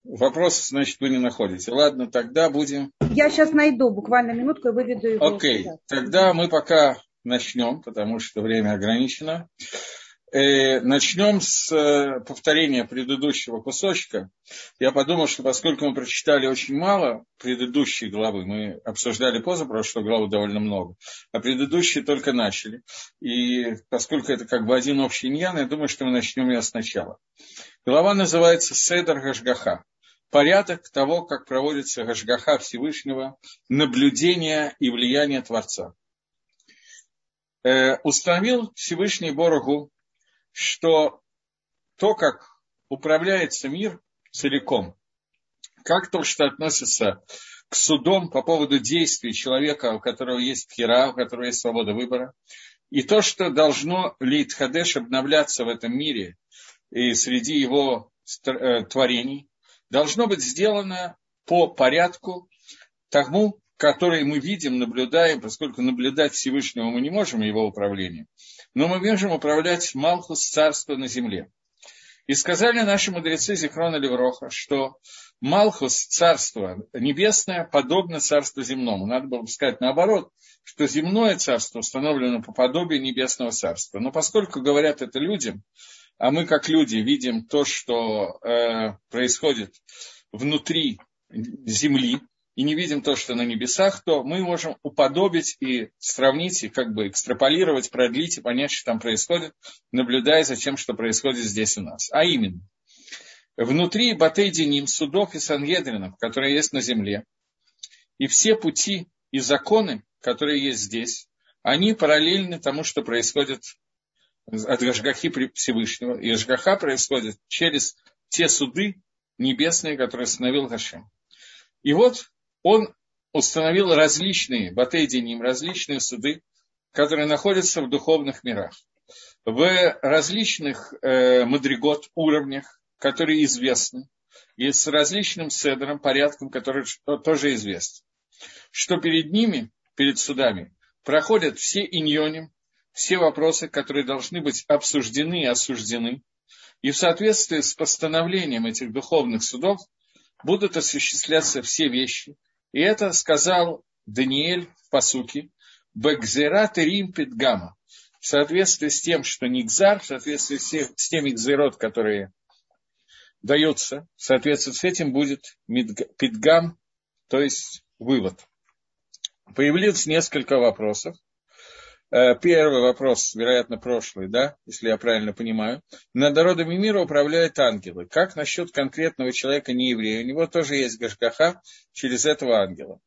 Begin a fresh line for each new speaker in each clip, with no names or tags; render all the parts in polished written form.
Вопрос, значит, вы не находите. Ладно, тогда будем...
Я сейчас найду, буквально минутку, и выведу его.
Окей, тогда мы пока начнем, потому что время ограничено. Начнем с повторения предыдущего кусочка. Я подумал, что поскольку мы прочитали очень мало предыдущей главы, мы обсуждали позапрошлую главу довольно много, а предыдущие только начали. И поскольку это как бы один общий иньян, я думаю, что мы начнем ее сначала. Глава называется «Седер Гашгаха». Порядок того, как проводится Гашгаха Всевышнего, наблюдение и влияние Творца. Установил Всевышний Бороху, что то, как управляется мир целиком, как то, что относится к судам по поводу действий человека, у которого есть хира, у которого есть свобода выбора, и то, что должно лейтхадеш обновляться в этом мире и среди его творений, должно быть сделано по порядку тому, который мы видим, наблюдаем, поскольку наблюдать Всевышнего мы не можем, его управление, но мы можем управлять Малхус, царство на земле. И сказали наши мудрецы Зихрона Левроха, что Малхус, царство небесное, подобно царству земному. Надо было бы сказать наоборот, что земное царство установлено по подобию небесного царства. Но поскольку говорят это людям, а мы как люди видим то, что происходит внутри земли, и не видим то, что на небесах, то мы можем уподобить и сравнить, и как бы экстраполировать, продлить и понять, что там происходит, наблюдая за тем, что происходит здесь у нас. А именно, внутри Батей-Диним, судов и Сангедринов, которые есть на земле, и все пути и законы, которые есть здесь, они параллельны тому, что происходит от Гашгахи Всевышнего. И Гашгаха происходит через те суды небесные, которые установил Гашем. И вот он установил различные Батей-Диним, различные суды, которые находятся в духовных мирах, в различных мадригот, уровнях, которые известны, и с различным седером, порядком, который тоже известен. Что перед ними, перед судами, проходят все иньоним, все вопросы, которые должны быть обсуждены и осуждены, и в соответствии с постановлением этих духовных судов будут осуществляться все вещи. И это сказал Даниэль в пасуке «Бэгзера терим пидгама». В соответствии с тем, что нигзар, в соответствии с теми гзерот, которые даются, в соответствии с этим будет пидгам, то есть вывод. Появилось несколько вопросов. Первый вопрос, вероятно, прошлый, да, если я правильно понимаю. Над народами мира управляют ангелы. Как насчет конкретного человека, не еврея? У него тоже есть Гашгаха через этого ангела.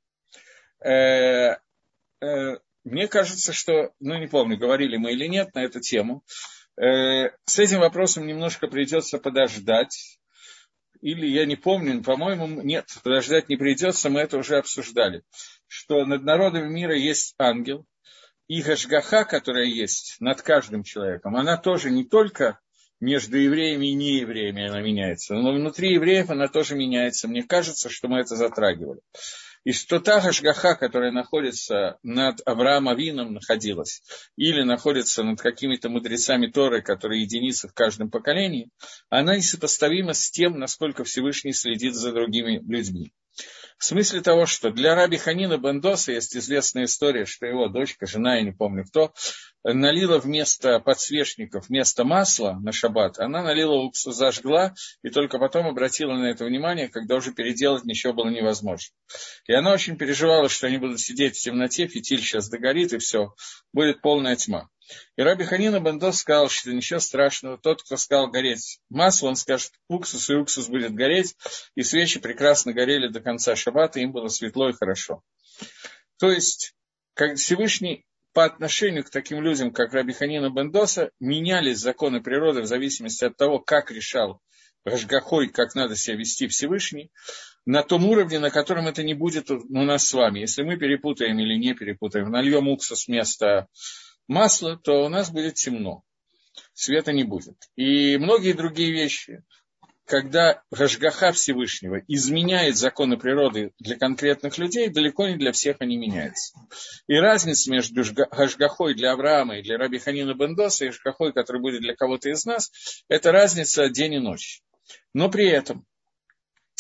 Мне кажется, что, не помню, говорили мы или нет на эту тему. С этим вопросом немножко придется подождать. Или я не помню, по-моему, нет, подождать не придется, мы это уже обсуждали. Что над народами мира есть ангел. И Гашгаха, которая есть над каждым человеком, она тоже не только между евреями и неевреями она меняется, но внутри евреев она тоже меняется. Мне кажется, что мы это затрагивали. И что та Гашгаха, которая находится над Авраам Авином, находилась, или находится над какими-то мудрецами Торы, которые единицы в каждом поколении, она несопоставима с тем, насколько Всевышний следит за другими людьми. В смысле того, что для Раби Ханина бен Доса есть известная история, что его дочка, жена, я не помню кто, налила вместо подсвечников, вместо масла на шаббат, она налила уксус, зажгла, и только потом обратила на это внимание, когда уже переделать ничего было невозможно. И она очень переживала, что они будут сидеть в темноте, фитиль сейчас догорит, и все, будет полная тьма. И Раби Ханина бен Дос сказал, что ничего страшного, тот, кто сказал гореть масло, он скажет уксус, и уксус будет гореть, и свечи прекрасно горели до конца шаббата, им было светло и хорошо. То есть, как Всевышний по отношению к таким людям, как Раби Ханина бен Доса, менялись законы природы в зависимости от того, как решал Гашгахой, как надо себя вести Всевышний, на том уровне, на котором это не будет у нас с вами. Если мы перепутаем или не перепутаем, нальем уксус вместо масла, то у нас будет темно, света не будет. И многие другие вещи, когда Гашгаха Всевышнего изменяет законы природы для конкретных людей, далеко не для всех они меняются. И разница между Гашгахой для Авраама и для Раби Ханина бен Доса и Гашгахой, который будет для кого-то из нас, это разница день и ночь. Но при этом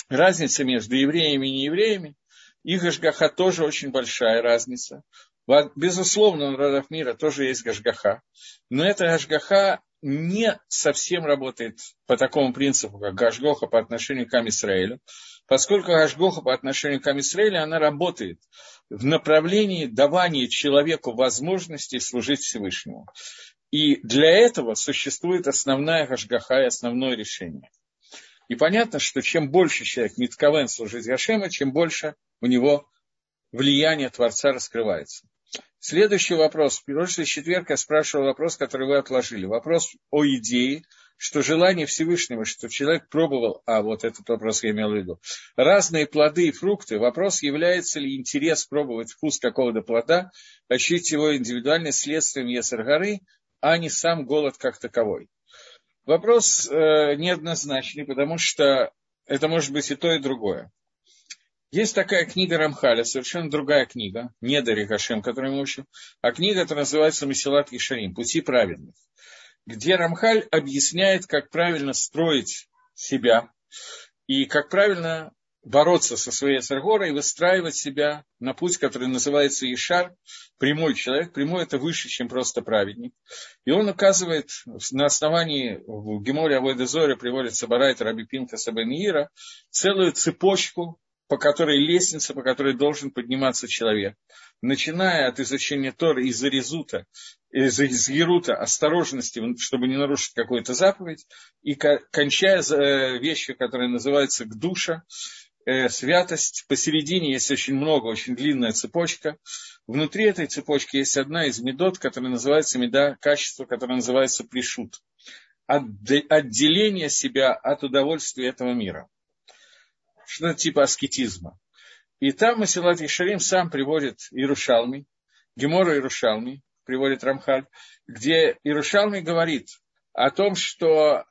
разница между евреями и неевреями, их гашгаха тоже очень большая разница. Безусловно, у народов мира тоже есть гашгаха, но эта гашгаха не совсем работает по такому принципу, как гашгоха по отношению к Ам-Исраэлю, поскольку гашгоха по отношению к Ам-Исраэлю, она работает в направлении давания человеку возможности служить Всевышнему. И для этого существует основная гашгаха и основное решение. И понятно, что чем больше человек митковен служить Гашему, чем больше у него влияние Творца раскрывается. Следующий вопрос. В прошлый четверг я спрашивал вопрос, который вы отложили. Вопрос о идее, что желание Всевышнего, что человек пробовал, вот этот вопрос я имел в виду, разные плоды и фрукты. Вопрос, является ли интерес пробовать вкус какого-то плода, ощутить его индивидуально следствием Йецер гары, а не сам голод как таковой. Вопрос неоднозначный, потому что это может быть и то, и другое. Есть такая книга Рамхаля, совершенно другая книга, не Дари Гашем, которую мы учим, а книга, которая называется Месилат Ешарим, «Пути праведных», где Рамхаль объясняет, как правильно строить себя и как правильно бороться со своей Йецер гарой и выстраивать себя на путь, который называется Ешар, прямой человек. Прямой – это выше, чем просто праведник. И он указывает на основании, в Геморе Авойда Зоря приводится Барайт Раби Пинхаса бен Яира, целую цепочку, по которой лестница, по которой должен подниматься человек. Начиная от изучения Торы из Ерута, осторожности, чтобы не нарушить какую-то заповедь, и кончая вещью, которая называется гдуша, святость. Посередине есть очень много, очень длинная цепочка. Внутри этой цепочки есть одна из медот, которая называется меда качества, которая называется пришут. Отделение себя от удовольствия этого мира. Что-то типа аскетизма. И там Месилат Ешарим сам приводит Иерушалми, Гемора Иерушалми, приводит Рамхаль, где Иерушалми говорит о том, что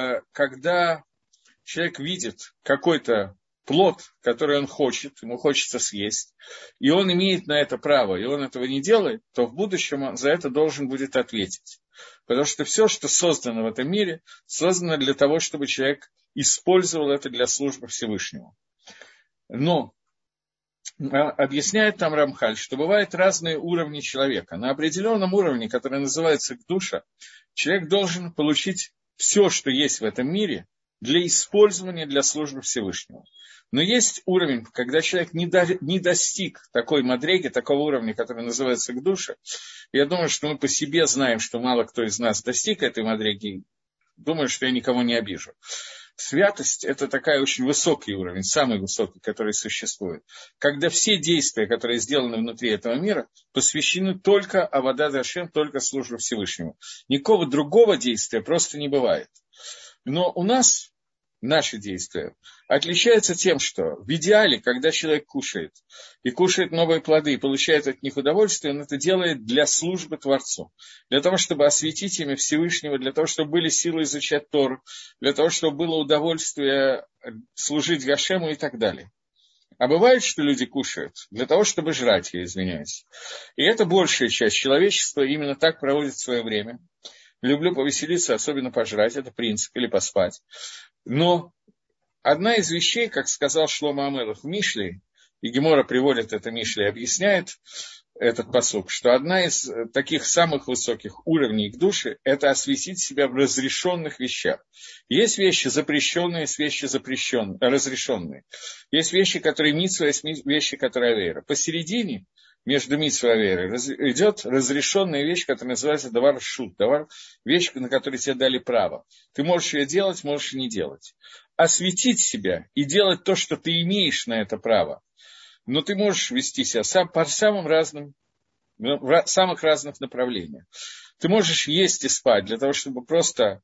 когда человек видит какой-то плод, который он хочет, ему хочется съесть, и он имеет на это право, и он этого не делает, то в будущем он за это должен будет ответить. Потому что все, что создано в этом мире, создано для того, чтобы человек использовал это для службы Всевышнему. Но объясняет там Рамхаль, что бывают разные уровни человека. На определенном уровне, который называется душа, человек должен получить все, что есть в этом мире, для использования для службы Всевышнему. Но есть уровень, когда человек не достиг такой мадреги, такого уровня, который называется душа. Я думаю, что мы по себе знаем, что мало кто из нас достиг этой мадреги. Думаю, что я никого не обижу. Святость – это такой очень высокий уровень, самый высокий, который существует. Когда все действия, которые сделаны внутри этого мира, посвящены только Авадат Ашем, только службе Всевышнему. Никакого другого действия просто не бывает. Но у нас наши действия отличаются тем, что в идеале, когда человек кушает, и кушает новые плоды, и получает от них удовольствие, он это делает для службы Творцу, для того, чтобы осветить имя Всевышнего, для того, чтобы были силы изучать Тору, для того, чтобы было удовольствие служить Гашему и так далее. А бывает, что люди кушают для того, чтобы жрать, я извиняюсь. И это большая часть человечества именно так проводит свое время. Люблю повеселиться, особенно пожрать, это принцип, или поспать. Но одна из вещей, как сказал Шломо Амелех в Мишле, и Гемора приводит это Мишле и объясняет этот пасук, что одна из таких самых высоких уровней к душе – это осветить себя в разрешенных вещах. Есть вещи запрещенные, есть вещи разрешенные. Есть вещи, которые мицва, есть вещи, которые авейра. Посередине между мицвой и авейрой идет разрешенная вещь, которая называется давар шут, вещь, на которую тебе дали право. Ты можешь ее делать, можешь и не делать. Осветить себя и делать то, что ты имеешь на это право. Но ты можешь вести себя по самым разным, в самых разных направлениях. Ты можешь есть и спать для того, чтобы просто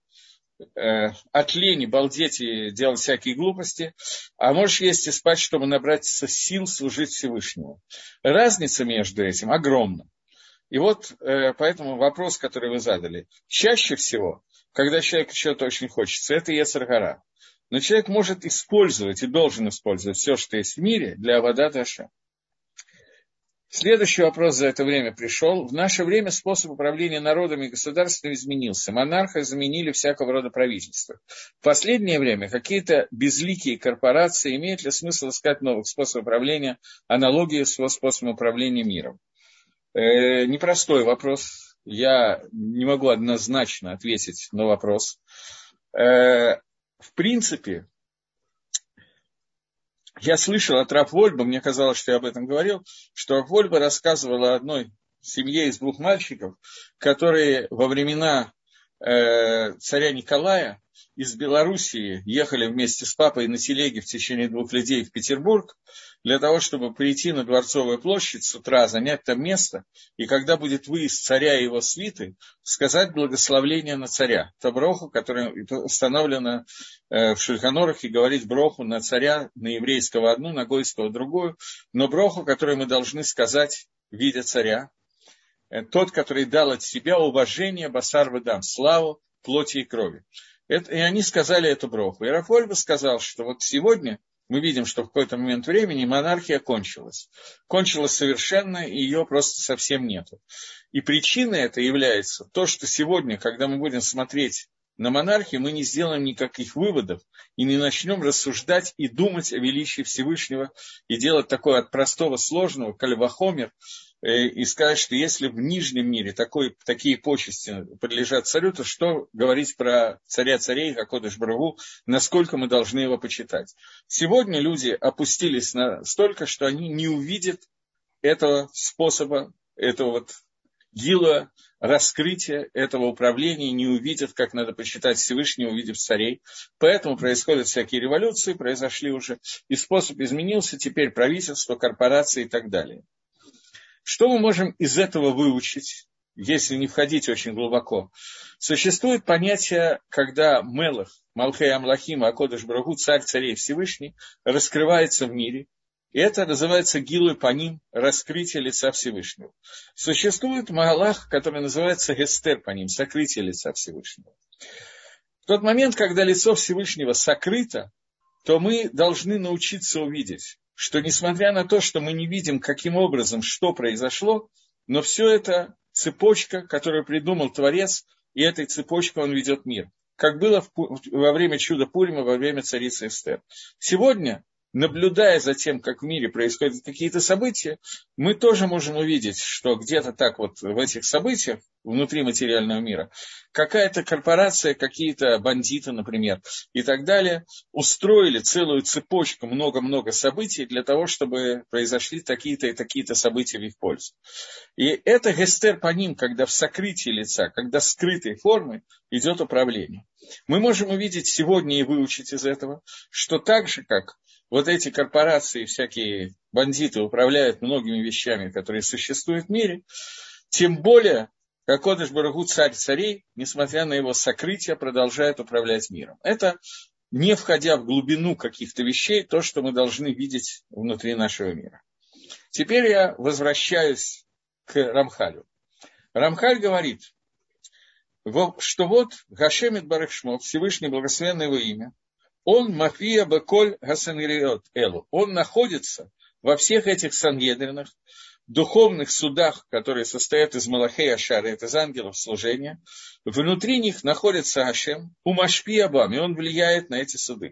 от лени балдеть и делать всякие глупости, а можешь есть и спать, чтобы набраться сил служить Всевышнему. Разница между этим огромна. И вот поэтому вопрос, который вы задали. Чаще всего, когда человеку что-то очень хочется, это Йецер гара. Но человек может использовать и должен использовать все, что есть в мире, для Авадат Ашем. Следующий вопрос за это время пришел. В наше время способ управления народами и государством изменился. Монарха заменили всякого рода правительства. В последнее время какие-то безликие корпорации, имеет ли смысл искать новых способов управления, аналогии с способом управления миром? Непростой вопрос. Я не могу однозначно ответить на вопрос. В принципе, я слышал от Рав Вольба, мне казалось, что я об этом говорил, что Рав Вольба рассказывал о одной семье из 2 мальчиков, которые во времена царя Николая из Белоруссии ехали вместе с папой на телеге в течение 2 дней в Петербург для того, чтобы прийти на Дворцовую площадь с утра, занять там место, и когда будет выезд царя и его свиты, сказать благословление на царя, то броху, которая установлена в Шульхан Орух, и говорить броху на царя, на еврейского одну, на гойского другую, но броху, которую мы должны сказать, видя царя, тот, который дал от себя уважение басар вэдам, славу плоти и крови. И они сказали эту броху. И Рав Вольба сказал, что вот сегодня мы видим, что в какой-то момент времени монархия кончилась. Кончилась совершенно, и ее просто совсем нету. И причиной это является то, что сегодня, когда мы будем смотреть на монархию, мы не сделаем никаких выводов и не начнем рассуждать и думать о величии Всевышнего и делать такое от простого сложного, каль вахомер, и сказать, что если в нижнем мире такие почести подлежат царю, то что говорить про царя царей, Акодыш Барух Ху, насколько мы должны его почитать. Сегодня люди опустились настолько, что они не увидят этого способа, этого вот гила, раскрытия этого управления, не увидят, как надо почитать Всевышнего, увидев царей. Поэтому происходят всякие революции, произошли уже, и способ изменился, теперь правительство, корпорации и так далее. Что мы можем из этого выучить, если не входить очень глубоко? Существует понятие, когда Мелах, Малхей Амлахим, Акодыш Барух Ху, царь царей Всевышний, раскрывается в мире. И это называется гилуй паним, раскрытие лица Всевышнего. Существует Магалах, который называется гестер паним, сокрытие лица Всевышнего. В тот момент, когда лицо Всевышнего сокрыто, то мы должны научиться увидеть, что несмотря на то, что мы не видим, каким образом, что произошло, но все это цепочка, которую придумал Творец, и этой цепочкой он ведет мир. Как было во время чуда Пурима, во время царицы Эстер. Сегодня, наблюдая за тем, как в мире происходят какие-то события, мы тоже можем увидеть, что где-то так вот в этих событиях, внутри материального мира, какая-то корпорация, какие-то бандиты, например, и так далее, устроили целую цепочку, много-много событий для того, чтобы произошли такие-то и такие-то события в их пользу. И это гестер по ним, когда в сокрытии лица, когда скрытой формы идет управление. Мы можем увидеть сегодня и выучить из этого, что так же, как вот эти корпорации, всякие бандиты управляют многими вещами, которые существуют в мире, тем более Акодыш Барух Ху, царь царей, несмотря на его сокрытие, продолжает управлять миром. Это, не входя в глубину каких-то вещей, то, что мы должны видеть внутри нашего мира. Теперь я возвращаюсь к Рамхалю. Рамхаль говорит, что вот Гашем ит-барах шмо, Всевышний благословенное его имя, он мафия беколь гасангриот элу, он находится во всех этих сангедринах, духовных судах, которые состоят из Малахей Ашара, это из ангелов служения, внутри них находится Ашем, умашпи абам, и он влияет на эти суды.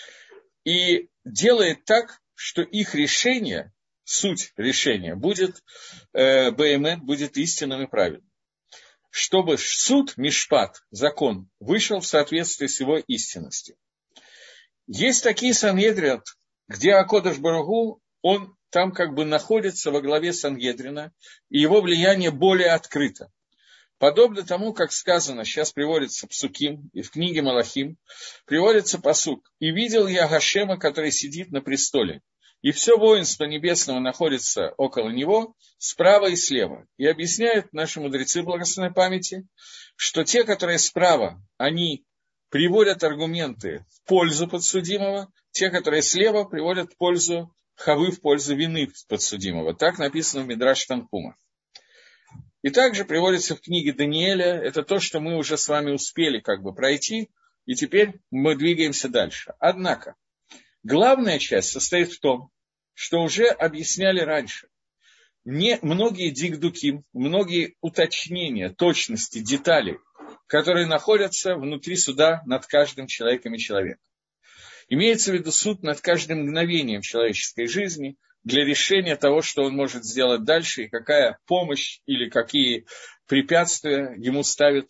И делает так, что их решение, суть решения, будет беэмет, будет истинным и правильным. Чтобы суд, мишпат, закон, вышел в соответствии с его истинностью. Есть такие сангедрины, где Акодыш Барух Ху, он там как бы находится во главе Сангедрина, и его влияние более открыто. Подобно тому, как сказано, сейчас приводится псуким, и в книге Малахим, приводится пасук. «И видел я Гашема, который сидит на престоле, и все воинство небесного находится около него, справа и слева». И объясняют наши мудрецы благословенной памяти, что те, которые справа, они приводят аргументы в пользу подсудимого, те, которые слева, приводят в пользу хавы, в пользу вины подсудимого. Так написано в Мидраш Танхума. И также приводится в книге Даниэля, это то, что мы уже с вами успели как бы пройти, и теперь мы двигаемся дальше. Однако, главная часть состоит в том, что уже объясняли раньше, многие дикдуким, многие уточнения, точности, детали, которые находятся внутри суда над каждым человеком и человеком. Имеется в виду суд над каждым мгновением человеческой жизни для решения того, что он может сделать дальше, и какая помощь или какие препятствия ему ставят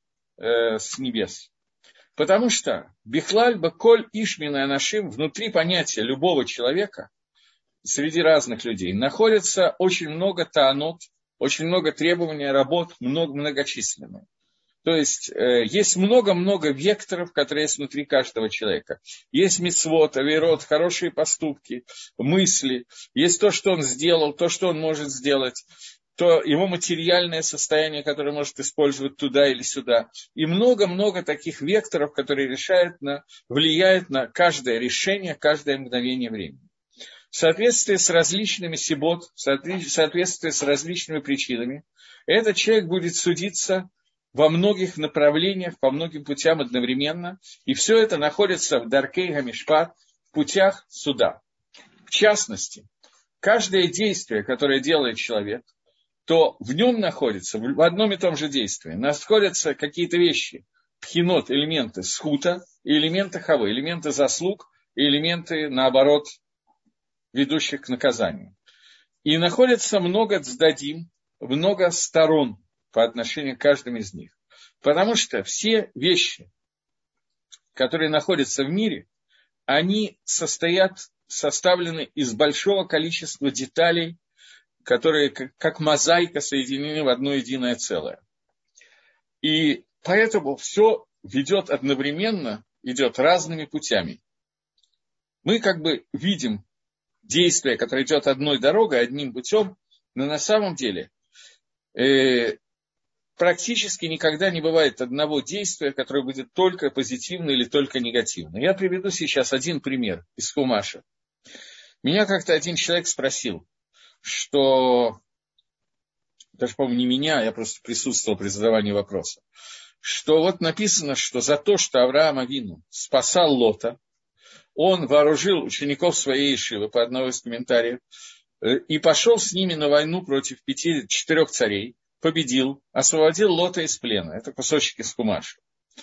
с небес. Потому что бихлаль баколь ишмин анашим, внутри понятия любого человека, среди разных людей, находится очень много таанот, очень много требований, работ, многочисленные. То есть есть много-много векторов, которые есть внутри каждого человека. Есть мицвот, авейрот, хорошие поступки, мысли. Есть то, что он сделал, то, что он может сделать, то его материальное состояние, которое может использовать туда или сюда. И много-много таких векторов, которые влияют на каждое решение, каждое мгновение времени. В соответствии с различными сибот, в соответствии с различными причинами, этот человек будет судиться во многих направлениях, по многим путям одновременно, и все это находится в даркей гамишпат, в путях суда. В частности, каждое действие, которое делает человек, то в нем находится, в одном и том же действии, находятся какие-то вещи, пхинот, элементы схута, и элементы хавы, элементы заслуг, и элементы, наоборот, ведущих к наказанию. И находится много цдадим, много сторон по отношению к каждому из них. Потому что все вещи, которые находятся в мире, они составлены из большого количества деталей, которые как мозаика соединены в одно единое целое. И поэтому все ведет одновременно, идет разными путями. Мы как бы видим действие, которое идет одной дорогой, одним путем, но на самом деле практически никогда не бывает одного действия, которое будет только позитивно или только негативно. Я приведу сейчас один пример из Хумаша. Меня как-то один человек спросил, что, даже, по-моему, не меня, я просто присутствовал при задавании вопроса, что вот написано, что за то, что Авраам Авину спасал Лота, он вооружил учеников своей ешивы, по одному из комментариев, и пошел с ними на войну против 4 царей, победил, освободил Лота из плена. Это кусочек из Хумаша.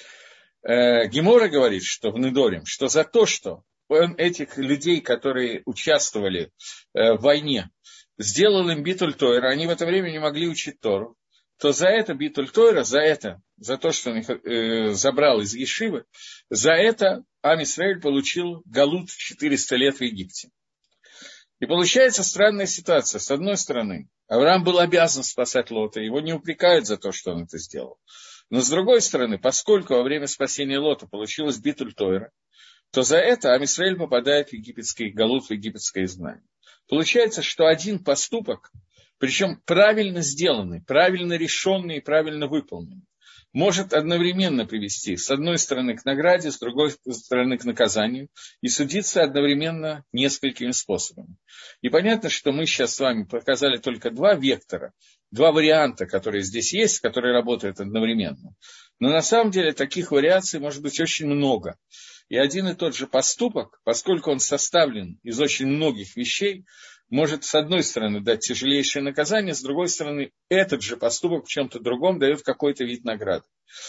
Гемора говорит, что в Недорим, что за то, что он этих людей, которые участвовали в войне, сделал им битуль Тойра, они в это время не могли учить Тору, то за это битуль Тойра, за то, что он их забрал из Ешивы, за это Ам Исраэль получил галут 400 лет в Египте. И получается странная ситуация. С одной стороны, Авраам был обязан спасать Лота, его не упрекают за то, что он это сделал. Но с другой стороны, поскольку во время спасения Лота получилось битуль Тойра, то за это Ам Исраэль попадает в египетский галут, в египетское изгнание. Получается, что один поступок, причем правильно сделанный, правильно решенный и правильно выполненный, может одновременно привести с одной стороны к награде, с другой стороны к наказанию, и судиться одновременно несколькими способами. И понятно, что мы сейчас с вами показали только два вектора, два варианта, которые здесь есть, которые работают одновременно. Но на самом деле таких вариаций может быть очень много. И один и тот же поступок, поскольку он составлен из очень многих вещей, может, с одной стороны, дать тяжелейшее наказание, с другой стороны, этот же поступок в чем-то другом дает какой-то вид награды.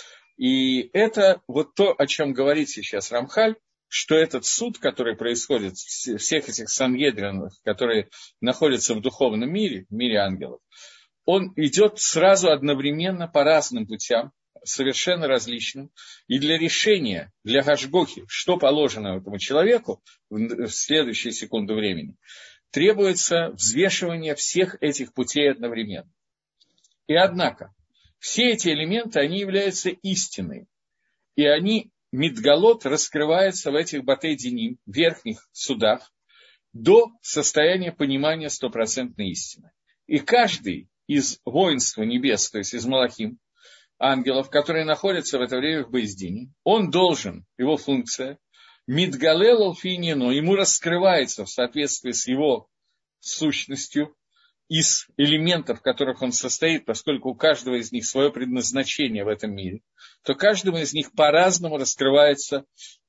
И это вот то, о чем говорит сейчас Рамхаль, что этот суд, который происходит, всех этих сангедринов, которые находятся в духовном мире, в мире ангелов, он идет сразу одновременно по разным путям, совершенно различным, и для решения, для гашгохи, что положено этому человеку в следующие секунды времени, требуется взвешивание всех этих путей одновременно. И однако, все эти элементы, они являются истиной, и они, мидгалот, раскрываются в этих батей-диним, верхних судах, до состояния понимания стопроцентной истины. И каждый из воинства небес, то есть из малахим, ангелов, которые находятся в это время в Бейздине, он должен, его функция, мидгалел алфинину, ему раскрывается в соответствии с его сущностью, из элементов, в которых он состоит, поскольку у каждого из них свое предназначение в этом мире, то каждому из них по-разному раскрывается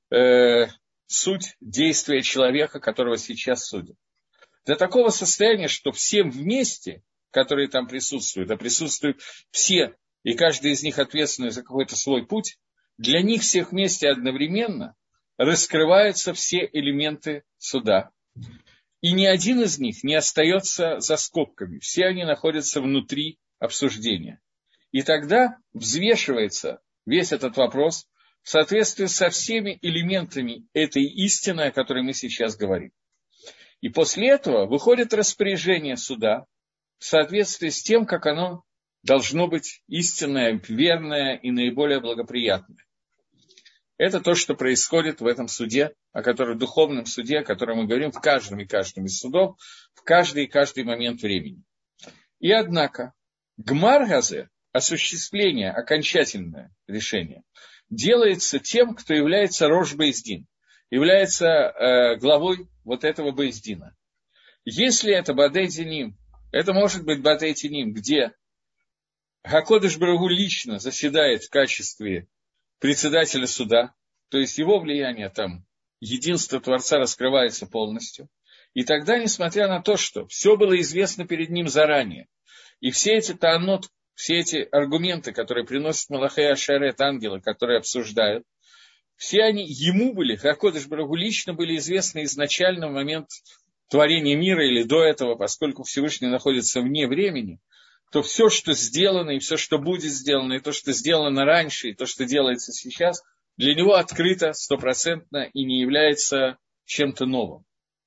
суть действия человека, которого сейчас судят. До такого состояния, что всем вместе которые там присутствуют, а присутствуют все, и каждый из них ответственный за какой-то свой путь, для них всех вместе одновременно раскрываются все элементы суда. И ни один из них не остается за скобками. Все они находятся внутри обсуждения. И тогда взвешивается весь этот вопрос в соответствии со всеми элементами этой истины, о которой мы сейчас говорим. И после этого выходит распоряжение суда в соответствии с тем, как оно должно быть истинное, верное и наиболее благоприятное. Это то, что происходит в этом суде, в духовном суде, о котором мы говорим в каждом из судов, в каждый момент времени. И однако, гмар газе, осуществление, окончательное решение, делается тем, кто является рош бейс-дин, является главой вот этого бейс-дина. Если это бадей-диним, это может быть бадей-диним, где Гакодеш Барух Ху лично заседает в качестве председателя суда, то есть его влияние там, единство Творца раскрывается полностью. И тогда, несмотря на то, что все было известно перед ним заранее, и все эти таанот, все эти аргументы, которые приносят Малахей Ашарет, ангелы, которые обсуждают, все они ему были, Гакодеш Барух Ху лично были известны изначально в момент творения мира или до этого, поскольку Всевышний находится вне времени, то все, что сделано, и все, что будет сделано, и то, что сделано раньше, и то, что делается сейчас, для него открыто стопроцентно и не является чем-то новым.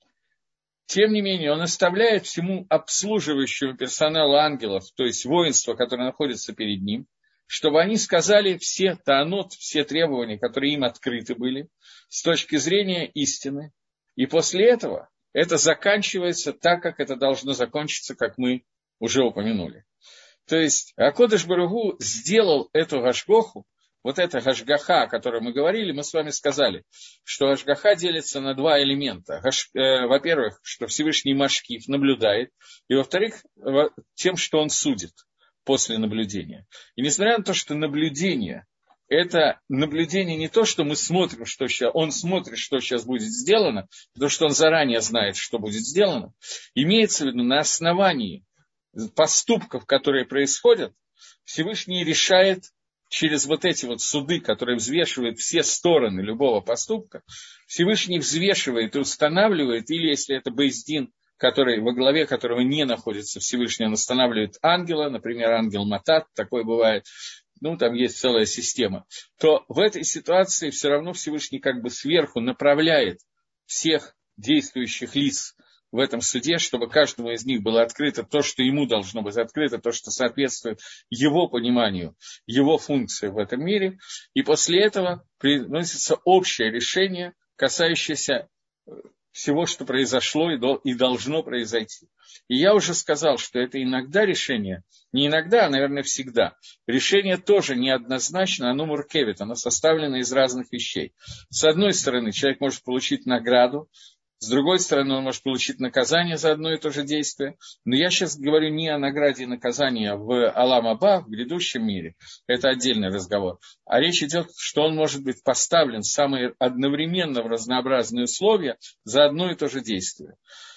Тем не менее, он оставляет всему обслуживающему персоналу ангелов, то есть воинство, которое находится перед ним, чтобы они сказали все таанот, все требования, которые им открыты были, с точки зрения истины. И после этого это заканчивается так, как это должно закончиться, как мы уже упомянули. То есть Акодеш Барух Ху сделал эту гашгоху, вот эта гашгаха, о которой мы говорили, мы с вами сказали, что гашгаха делится на два элемента. Во-первых, что Всевышний Машкиф наблюдает, и во-вторых, тем, что он судит после наблюдения. И несмотря на то, что наблюдение, это наблюдение не то, что мы смотрим, что сейчас, он смотрит, что сейчас будет сделано, потому что он заранее знает, что будет сделано, имеется в виду на основании поступков, которые происходят, Всевышний решает через вот эти вот суды, которые взвешивают все стороны любого поступка, Всевышний взвешивает и устанавливает, или если это бейс-дин, который, во главе которого не находится Всевышний, он устанавливает ангела, например, ангел Матат, такое бывает, там есть целая система, то в этой ситуации все равно Всевышний как бы сверху направляет всех действующих лиц в этом суде, чтобы каждому из них было открыто то, что ему должно быть открыто, то, что соответствует его пониманию, его функции в этом мире. И после этого приносится общее решение, касающееся всего, что произошло и должно произойти. И я уже сказал, что это иногда решение, не иногда, а, наверное, всегда. Решение тоже неоднозначно, оно муркевит, оно составлено из разных вещей. С одной стороны, человек может получить награду, с другой стороны, он может получить наказание за одно и то же действие. Но я сейчас говорю не о награде и наказании в Алам Аба, в грядущем мире. Это отдельный разговор. А речь идет, что он может быть поставлен одновременно в разнообразные условия за одно и то же действие.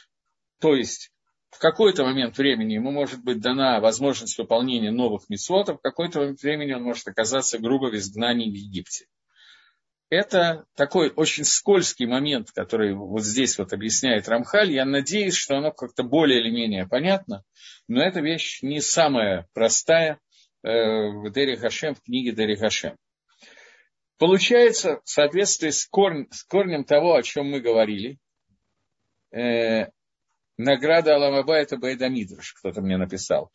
То есть, в какой-то момент времени ему может быть дана возможность выполнения новых мицвот, а в какой-то момент времени он может оказаться грубо в изгнании в Египте. Это такой очень скользкий момент, который вот здесь вот объясняет Рамхаль. Я надеюсь, что оно как-то более или менее понятно, но эта вещь не самая простая в Дерих Хашем, в книге Дерих Хашем. Получается, в соответствии с корнем того, о чем мы говорили, награда Алам Аба – это Бейт Мидраш, кто-то мне написал.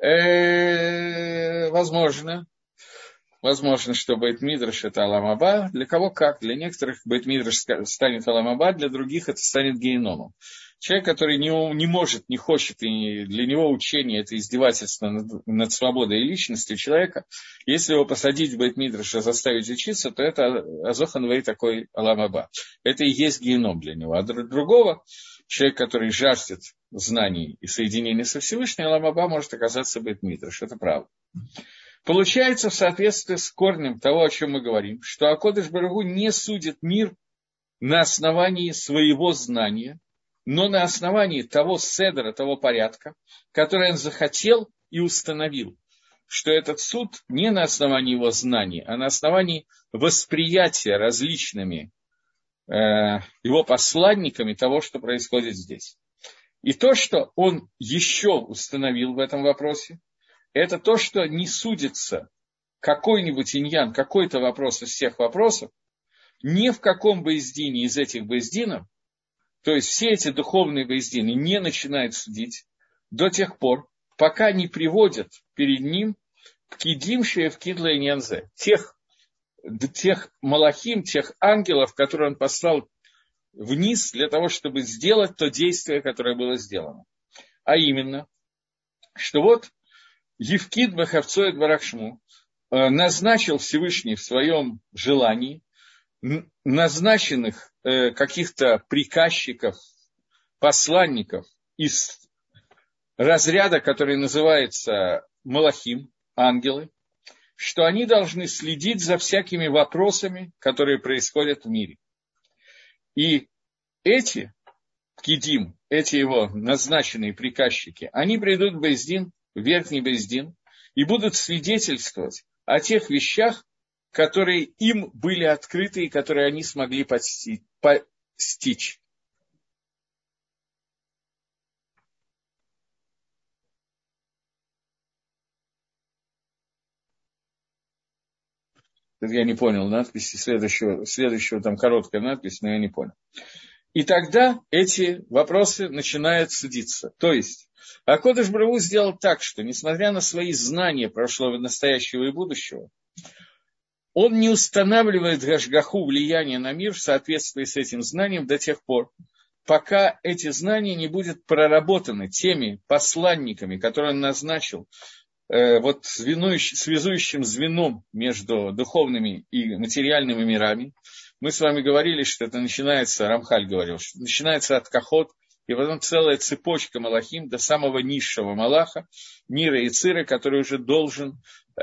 Возможно, что Бейт Мидраш – это Алам Аба. Для кого как? Для некоторых Бейт Мидраш станет Алам Аба, для других это станет гееномом. Человек, который не может, не хочет, и для него учение – это издевательство над свободой и личностью человека. Если его посадить в Бейт Мидраш и заставить учиться, то это Азоханвей такой Алам Аба. Это и есть гееном для него. А другого человек, который жаждет знаний и соединения со Всевышним, Алам Аба может оказаться Бейт Мидраш. Это правда. Получается, в соответствии с корнем того, о чем мы говорим, что Акодеш Барух Ху не судит мир на основании своего знания, но на основании того седера, того порядка, который он захотел и установил, что этот суд не на основании его знаний, а на основании восприятия различными его посланниками того, что происходит здесь. И то, что он еще установил в этом вопросе, это то, что не судится какой-нибудь иньян, какой-то вопрос из всех вопросов, ни в каком бейздине из этих бейздинов, то есть все эти духовные бейздины не начинают судить до тех пор, пока не приводят перед ним пкидим шеевкид лэйнянзе, тех малахим, тех ангелов, которые он послал вниз для того, чтобы сделать то действие, которое было сделано. А именно, что вот Евкид Бахавцоид Барахшму назначил Всевышний в своем желании назначенных каких-то приказчиков, посланников из разряда, который называется Малахим, ангелы, что они должны следить за всякими вопросами, которые происходят в мире. И эти пкидим, эти его назначенные приказчики, они придут в Бейздин, в верхний Бейздин, и будут свидетельствовать о тех вещах, которые им были открыты и которые они смогли постичь. Я не понял надписи, следующего там короткая надпись, но я не понял. И тогда эти вопросы начинают судиться. То есть, ха-Кодеш Барух Ху сделал так, что, несмотря на свои знания прошлого, настоящего и будущего, он не устанавливает гашгаху, влияние на мир в соответствии с этим знанием до тех пор, пока эти знания не будут проработаны теми посланниками, которые он назначил, вот связующим звеном между духовными и материальными мирами. Мы с вами говорили, что это начинается, Рамхаль говорил, что начинается от Кахот, и потом целая цепочка Малахим до самого низшего Малаха, Нира и Цира, который уже должен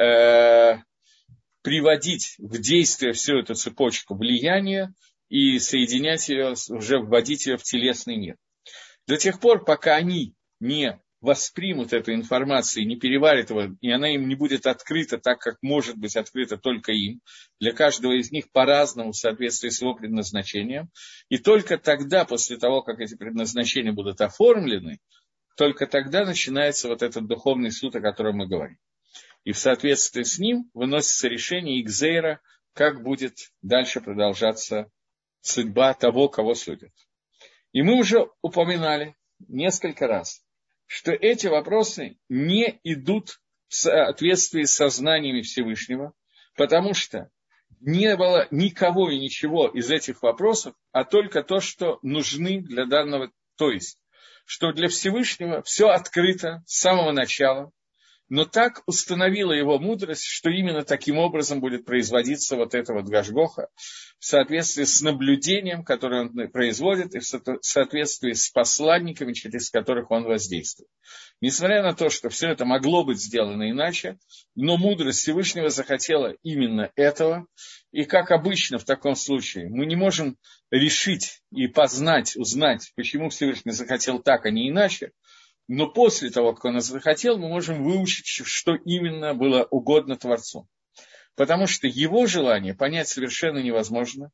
приводить в действие всю эту цепочку влияния и соединять ее, уже вводить ее в телесный мир. До тех пор, пока они не воспримут эту информацию, не переварят его, и она им не будет открыта так, как может быть открыта только им, для каждого из них по-разному в соответствии с его предназначением, и только тогда, после того, как эти предназначения будут оформлены, только тогда начинается вот этот духовный суд, о котором мы говорим. И в соответствии с ним выносится решение Игзейра, как будет дальше продолжаться судьба того, кого судят. И мы уже упоминали несколько раз, что эти вопросы не идут в соответствии с сознаниями Всевышнего, потому что не было никого и ничего из этих вопросов, а только то, что нужны для данного, то есть, что для Всевышнего все открыто с самого начала, но так установила его мудрость, что именно таким образом будет производиться вот это вот гашгоха в соответствии с наблюдением, которое он производит, и в соответствии с посланниками, через которых он воздействует. Несмотря на то, что все это могло быть сделано иначе, но мудрость Всевышнего захотела именно этого, и как обычно в таком случае мы не можем решить и познать, узнать, почему Всевышний захотел так, а не иначе, но после того, как он это захотел, мы можем выучить, что именно было угодно Творцу. Потому что его желание понять совершенно невозможно.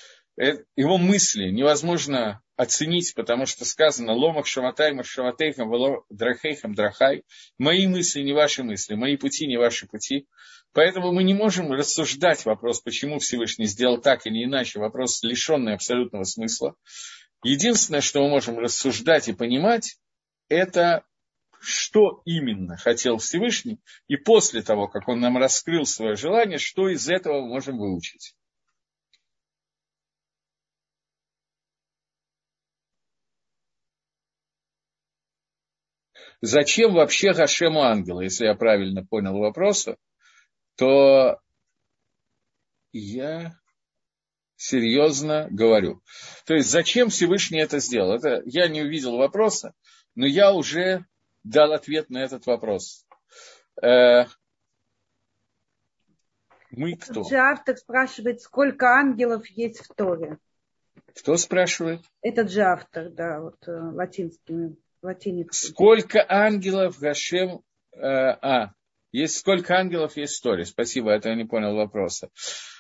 Его мысли невозможно оценить, потому что сказано «Ломах шаватай маршаватейхам вело драхейхам драхай». Мои мысли не ваши мысли, мои пути не ваши пути. Поэтому мы не можем рассуждать вопрос, почему Всевышний сделал так или иначе, вопрос, лишенный абсолютного смысла. Единственное, что мы можем рассуждать и понимать, это что именно хотел Всевышний, и после того, как он нам раскрыл свое желание, что из этого мы можем выучить. Зачем вообще Гашему ангелы, если я правильно понял вопрос, то я серьезно говорю. То есть, зачем Всевышний это сделал? Это я не увидел вопроса, но я уже дал ответ на этот вопрос. Мы кто?
Джартек спрашивает, сколько ангелов есть в Торе?
Кто спрашивает?
Этот же автор, да, вот латиницей.
Сколько ангелов Гашем... есть сколько ангелов, есть история. Спасибо, это я не понял вопроса.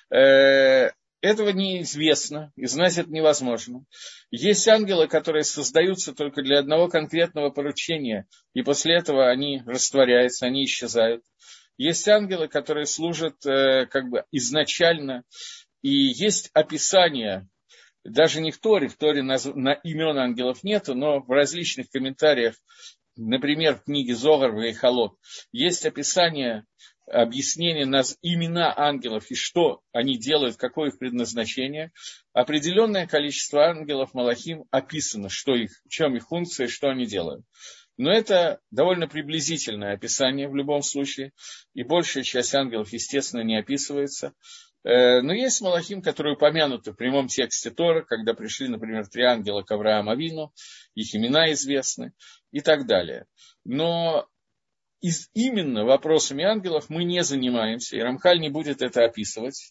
Этого неизвестно, и знать это невозможно. Есть ангелы, которые создаются только для одного конкретного поручения, и после этого они растворяются, они исчезают. Есть ангелы, которые служат как бы изначально, и есть описание, даже не в Торе имен ангелов нету, но в различных комментариях, например, в книге Зогар Вейхалот, есть описание, объяснение имена ангелов и что они делают, какое их предназначение. Определенное количество ангелов Малахим описано, в чем их функция и что они делают. Но это довольно приблизительное описание в любом случае, и большая часть ангелов, естественно, не описывается. Но есть Малахим, которые упомянуты в прямом тексте Тора, когда пришли, например, 3 ангела к Аврааму Авину, их имена известны и так далее. Но именно вопросами ангелов мы не занимаемся, и Рамхаль не будет это описывать.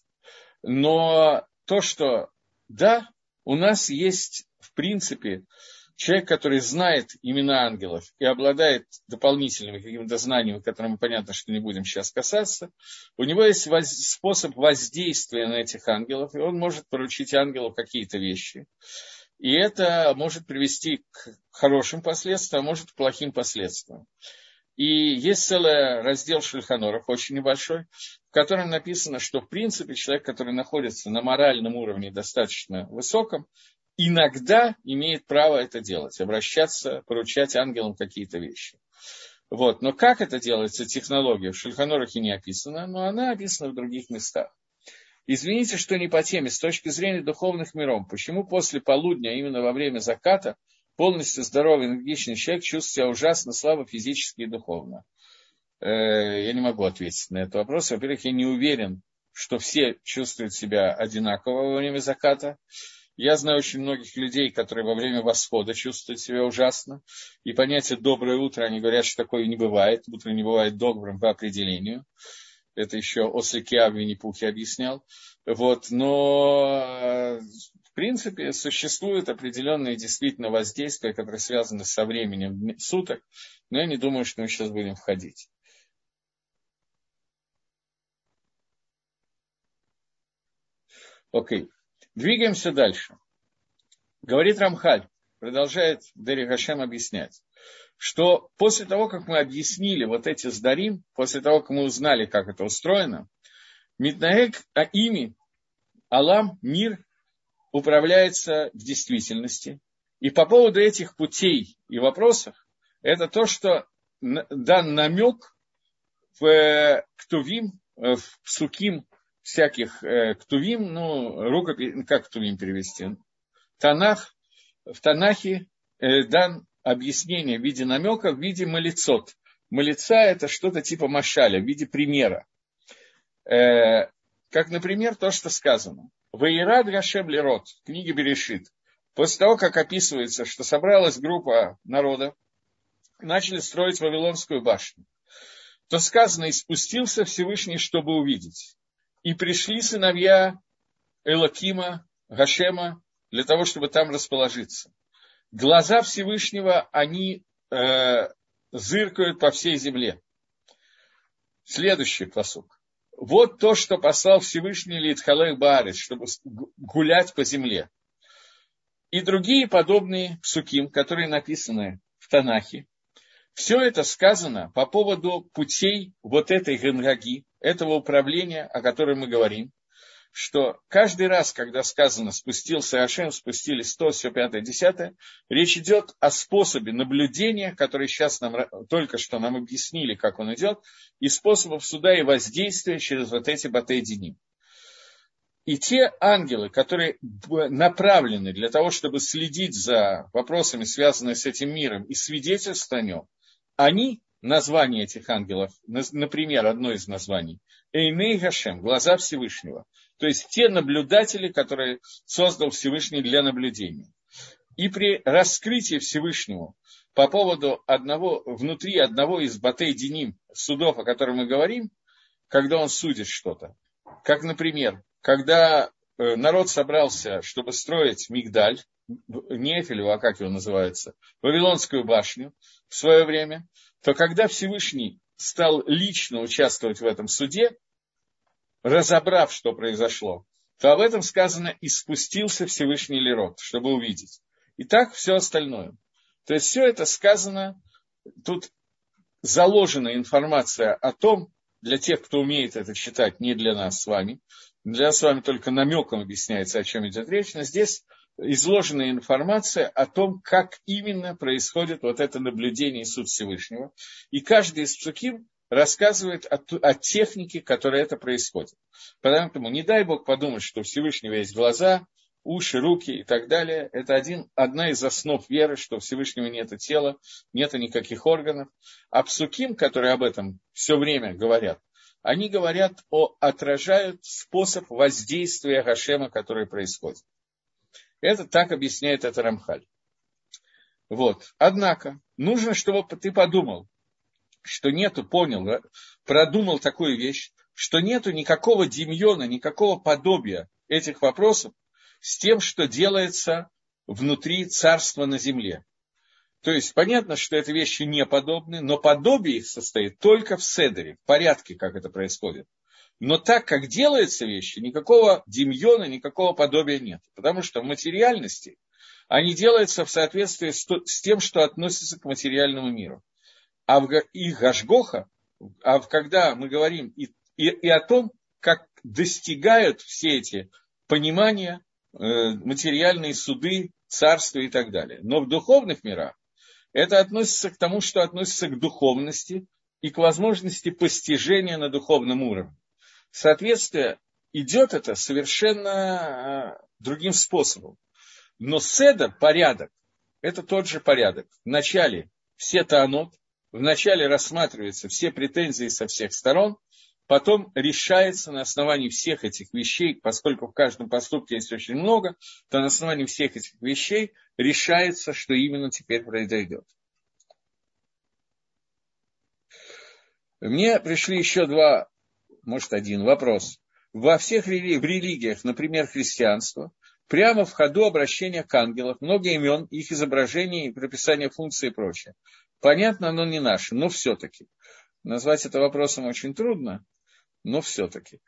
Но то, что да, у нас есть, в принципе, человек, который знает имена ангелов и обладает дополнительными какими-то знаниями, которым понятно, что не будем сейчас касаться, у него есть способ воздействия на этих ангелов, и он может поручить ангелу какие-то вещи. И это может привести к хорошим последствиям, а может к плохим последствиям. И есть целый раздел Шульхан Арух, очень небольшой, в котором написано, что в принципе человек, который находится на моральном уровне достаточно высоком, иногда имеет право это делать, обращаться, поручать ангелам какие-то вещи. Вот. Но как это делается, технология, в Шульхан Арухе не описана, но она описана в других местах. Извините, что не по теме, с точки зрения духовных миров, почему после полудня, именно во время заката, полностью здоровый, энергичный человек чувствует себя ужасно слабо физически и духовно? Я не могу ответить на этот вопрос. Во-первых, я не уверен, что все чувствуют себя одинаково во время заката. Я знаю очень многих людей, которые во время восхода чувствуют себя ужасно. И понятие «доброе утро», они говорят, что такое не бывает. Утро не бывает добрым по определению. Это еще Осликиа в Винни-Пухе объяснял. Вот. Но, в принципе, существуют определенные действительно воздействия, которые связаны со временем суток. Но я не думаю, что мы сейчас будем входить. Окей. Двигаемся дальше. Говорит Рамхаль, продолжает Дери Гашем объяснять, что после того, как мы объяснили вот эти сдарим, после того, как мы узнали, как это устроено, Митнаэг ими, Алам, мир, управляется в действительности. И по поводу этих путей и вопросов, это то, что дан намек в Ктувим, в Псуким, всяких Ктувим, рукопись, как Ктувим перевести? Танах, в Танахе дан объяснение в виде намека, в виде малицот. Малица – это что-то типа машаля, в виде примера. Как, например, то, что сказано. «Ваирад Гашем лерот» в книге Берешит. После того, как описывается, что собралась группа народа, начали строить Вавилонскую башню, то сказано, и спустился Всевышний, чтобы увидеть. И пришли сыновья Элокима, Гашема, для того, чтобы там расположиться. Глаза Всевышнего, они зыркают по всей земле. Следующий пасук. Вот то, что послал Всевышний Литхалех Баарец, чтобы гулять по земле. И другие подобные псуким, которые написаны в Танахе. Все это сказано по поводу путей вот этой генгаги, этого управления, о котором мы говорим, что каждый раз, когда сказано «спустился Ашем», «спустились 100», все 5, 10, речь идет о способе наблюдения, который сейчас только что нам объяснили, как он идет, и способов суда и воздействия через вот эти батей-диним. И те ангелы, которые направлены для того, чтобы следить за вопросами, связанными с этим миром, и свидетельствовать о нем, они, название этих ангелов, например, одно из названий, Эйней Гашем, глаза Всевышнего, то есть те наблюдатели, которые создал Всевышний для наблюдения. И при раскрытии Всевышнему по поводу внутри одного из батей-диним, судов, о которых мы говорим, когда он судит что-то, как, например, когда народ собрался, чтобы строить Мигдаль, не Эйфелеву, а как его называется, Вавилонскую башню в свое время, то когда Всевышний стал лично участвовать в этом суде, разобрав, что произошло, то об этом сказано «и спустился Всевышний Лерот», чтобы увидеть. И так все остальное. То есть все это сказано, тут заложена информация о том, для тех, кто умеет это читать, не для нас с вами, для нас с вами только намеком объясняется, о чем идет речь, но здесь изложена информация о том, как именно происходит вот это наблюдение и суд Всевышнего. И каждый из псуким рассказывает о технике, которой это происходит. Поэтому не дай Бог подумать, что у Всевышнего есть глаза, уши, руки и так далее. Это одна из основ веры, что у Всевышнего нет тела, нет никаких органов. А псуким, которые об этом все время говорят, они отражают способ воздействия Гашема, который происходит. Это так объясняет это Рамхаль. Вот. Однако, нужно, чтобы ты подумал, что продумал такую вещь, что нету никакого демьона, никакого подобия этих вопросов с тем, что делается внутри царства на земле. То есть, понятно, что это вещи не подобны, но подобие их состоит только в седере, в порядке, как это происходит. Но так, как делаются вещи, никакого демьона, никакого подобия нет. Потому что в материальности они делаются в соответствии с тем, что относится к материальному миру. А их гашгоха, когда мы говорим и о том, как достигают все эти понимания, материальные суды, царства и так далее. Но в духовных мирах это относится к тому, что относится к духовности и к возможности постижения на духовном уровне. Соответственно, идет это совершенно другим способом. Но седер, порядок, это тот же порядок. Вначале все таанот, вначале рассматриваются все претензии со всех сторон, потом решается на основании всех этих вещей, поскольку в каждом поступке есть очень много, то на основании всех этих вещей решается, что именно теперь произойдет. Мне пришли еще один вопрос. Во всех религиях, например, христианство, прямо в ходу обращения к ангелам, много имен, их изображений, прописания функций и прочее. Понятно, оно не наше, но все-таки. Назвать это вопросом очень трудно, но все-таки.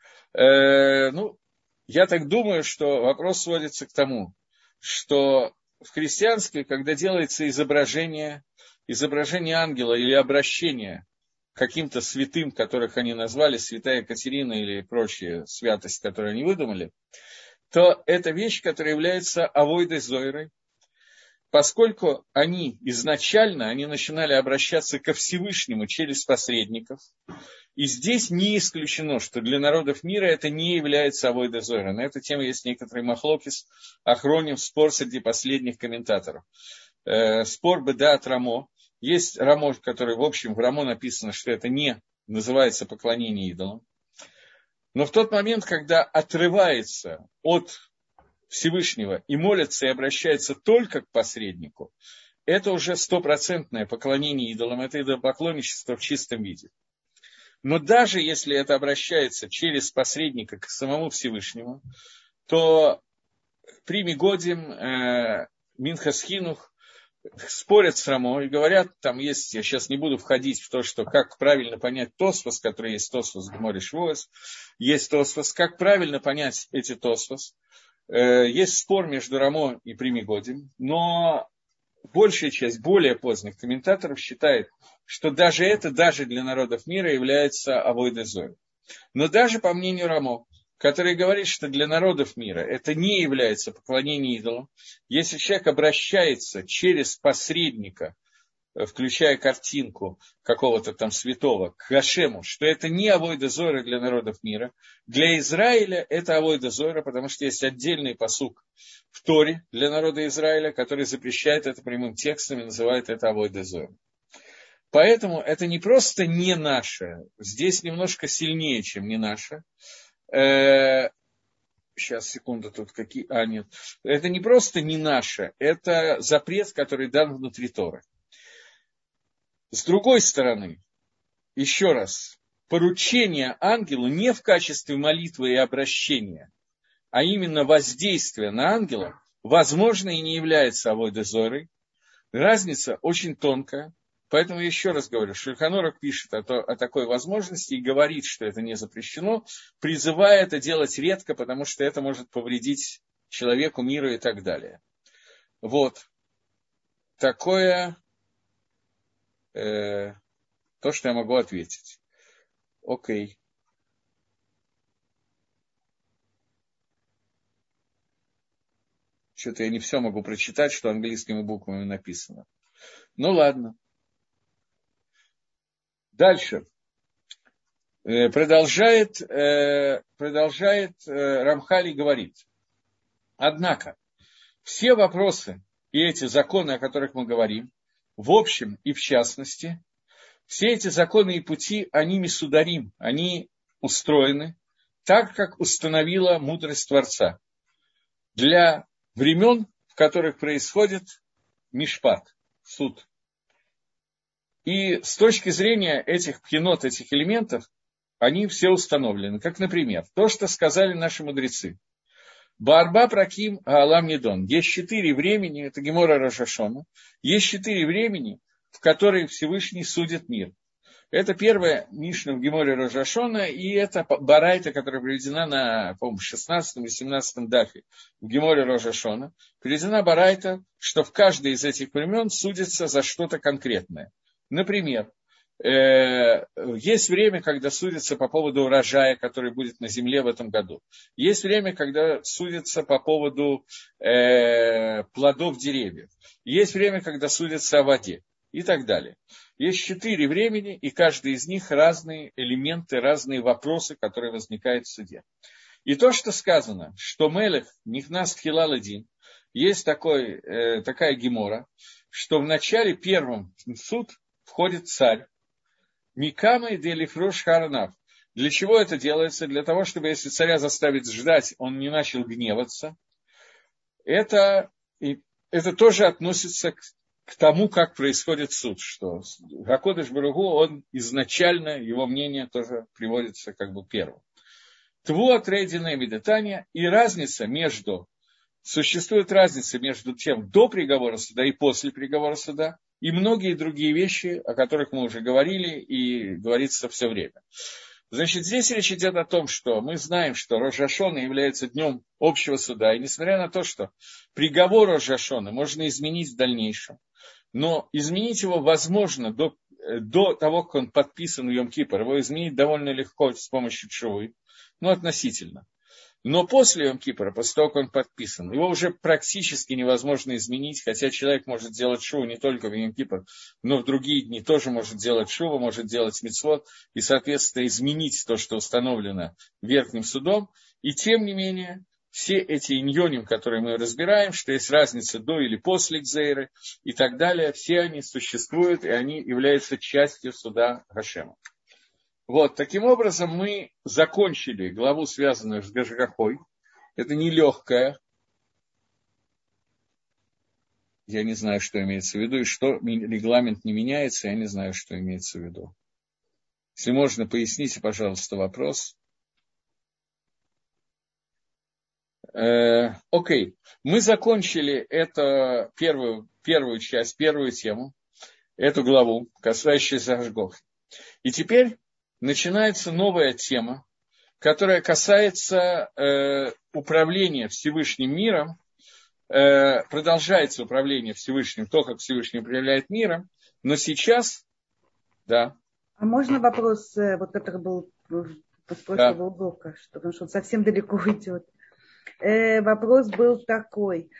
Я так думаю, что вопрос сводится к тому, что в христианстве, когда делается изображение ангела или обращение каким-то святым, которых они назвали, святая Екатерина или прочие святость, которые они выдумали, то это вещь, которая является авойдой зойрой, поскольку они изначально начинали обращаться ко Всевышнему через посредников, и здесь не исключено, что для народов мира это не является авойдой зойрой. На эту тему есть некоторый махлокис, ахроним, спор среди последних комментаторов. Спор бедаат Рамо. Есть Рамо, который, в общем, в Рамо написано, что это не называется поклонение идолам. Но в тот момент, когда отрывается от Всевышнего и молится и обращается только к посреднику, это уже стопроцентное поклонение идолам, это идолопоклонничество в чистом виде. Но даже если это обращается через посредника к самому Всевышнему, то при Мегодим Минхас Хинух спорят с Рамо и говорят, там есть, я сейчас не буду входить в то, что как правильно понять Тосфос, который есть Тосфос в Геморе Швуос, есть Тосфос, как правильно понять эти Тосфос. Есть спор между Рамо и при Мегодим, но большая часть более поздних комментаторов считает, что даже это, даже для народов мира является авойдой зойрой. Но даже по мнению Рамо, который говорит, что для народов мира это не является поклонением идолам, если человек обращается через посредника, включая картинку какого-то там святого, к Гашему, что это не авойда зойра для народов мира. Для Израиля это авойда зойра, потому что есть отдельный пасук в Торе для народа Израиля, который запрещает это прямым текстом и называет это авойда зойра. Поэтому это не просто не наше, здесь немножко сильнее, чем не наше. Сейчас, секунду, тут какие... нет. Это не просто не наше, это запрет, который дан внутри Торы. С другой стороны, еще раз, поручение ангелу не в качестве молитвы и обращения а именно воздействие на ангела, возможно, и не является авойдо зорой. Разница очень тонкая. Поэтому еще раз говорю, Шульхан Арух пишет о такой возможности и говорит, что это не запрещено, призывая это делать редко, потому что это может повредить человеку, миру и так далее. Вот. Такое то, что я могу ответить. Окей. Что-то я не все могу прочитать, что английскими буквами написано. Ну ладно. Дальше. Продолжает Рамхаль и говорит. Однако, все вопросы и эти законы, о которых мы говорим, в общем и в частности, все эти законы и пути, они мисударим, они устроены так, как установила мудрость Творца. Для времен, в которых происходит мишпат, суд. И с точки зрения этих пхинот, этих элементов, они все установлены. Как, например, то, что сказали наши мудрецы. Баарба праким аалам нидон. Есть 4 времени, это Гемора Рош ха-Шана, есть 4 времени, в которые Всевышний судит мир. Это первая Мишна в Геморе Рош ха-Шана, и это барайта, которая приведена на, по-моему, 16 и 17 дафе в Геморе Рош ха-Шана. Приведена барайта, что в каждой из этих времен судится за что-то конкретное. Например, есть время, когда судится по поводу урожая, который будет на земле в этом году. Есть время, когда судится по поводу плодов деревьев. Есть время, когда судится о воде и так далее. Есть 4 времени, и каждый из них разные элементы, разные вопросы, которые возникают в суде. И то, что сказано, что Мелех Нихнас Тхилал Один, есть такая гемора, что в начале первом в суд входит царь, Микама и Делифрош Харнав. Для чего это делается? Для того, чтобы, если царя заставить ждать, он не начал гневаться. Это тоже относится к тому, как происходит суд, что Гакодеш Баругу, он изначально, его мнение тоже приводится как бы первым. Твуа Трейдина и Медитания, и существует разница между тем до приговора суда и после приговора суда, и многие другие вещи, о которых мы уже говорили и говорится все время. Значит, здесь речь идет о том, что мы знаем, что Рош ха-Шана является днем общего суда, и несмотря на то, что приговор Рош ха-Шана можно изменить в дальнейшем, но изменить его возможно до того, как он подписан в Йом-Кипр, его изменить довольно легко с помощью тшувы, относительно. Но после Йом-Кипра, после того, как он подписан, его уже практически невозможно изменить, хотя человек может делать шуву не только в Йом-Кипр, но в другие дни тоже может делать шуву, может делать мицвот, и, соответственно, изменить то, что установлено Верхним судом. И, тем не менее, все эти иньоним, которые мы разбираем, что есть разница до или после Гзейры и так далее, все они существуют, и они являются частью суда Гашема. Вот, таким образом, мы закончили главу, связанную с Гашгахой. Это нелегкая. Я не знаю, что имеется в виду, и что регламент не меняется, я не знаю, что имеется в виду. Если можно, поясните, пожалуйста, вопрос. Окей. Мы закончили эту первую часть, первую тему, эту главу, касающуюся Гашгохи. И теперь начинается новая тема, которая касается управления Всевышним миром, продолжается управление Всевышним, то, как Всевышний управляет миром, но сейчас, да.
А можно вопрос, вот который был с прошлого урока, потому что он совсем далеко идет. Вопрос был такой.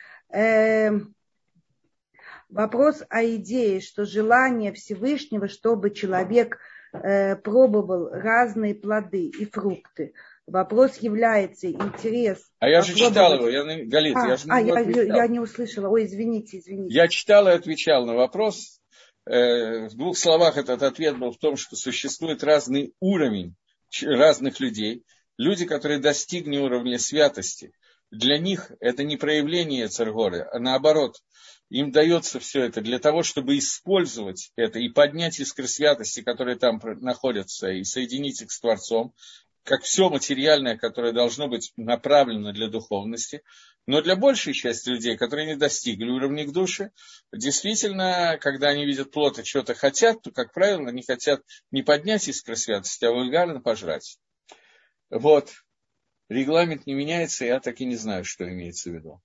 Вопрос о идее, что желание Всевышнего, чтобы человек пробовал разные плоды и фрукты. Вопрос является интерес.
А я же читал его, Галит,
я не услышала. Ой, извините.
Я читал и отвечал на вопрос. В 2 словах этот ответ был в том, что существует разный уровень разных людей. Люди, которые достигли уровня святости, для них это не проявление Царгоры, а наоборот, им дается все это для того, чтобы использовать это и поднять искры святости, которые там находятся, и соединить их с Творцом. как все материальное, которое должно быть направлено для духовности. Но для большей части людей, которые не достигли уровня к душе, действительно, когда они видят плод и что-то хотят, то, как правило, они хотят не поднять искры святости, а вульгарно пожрать. Вот. Регламент не меняется, я так и не знаю, что имеется в виду.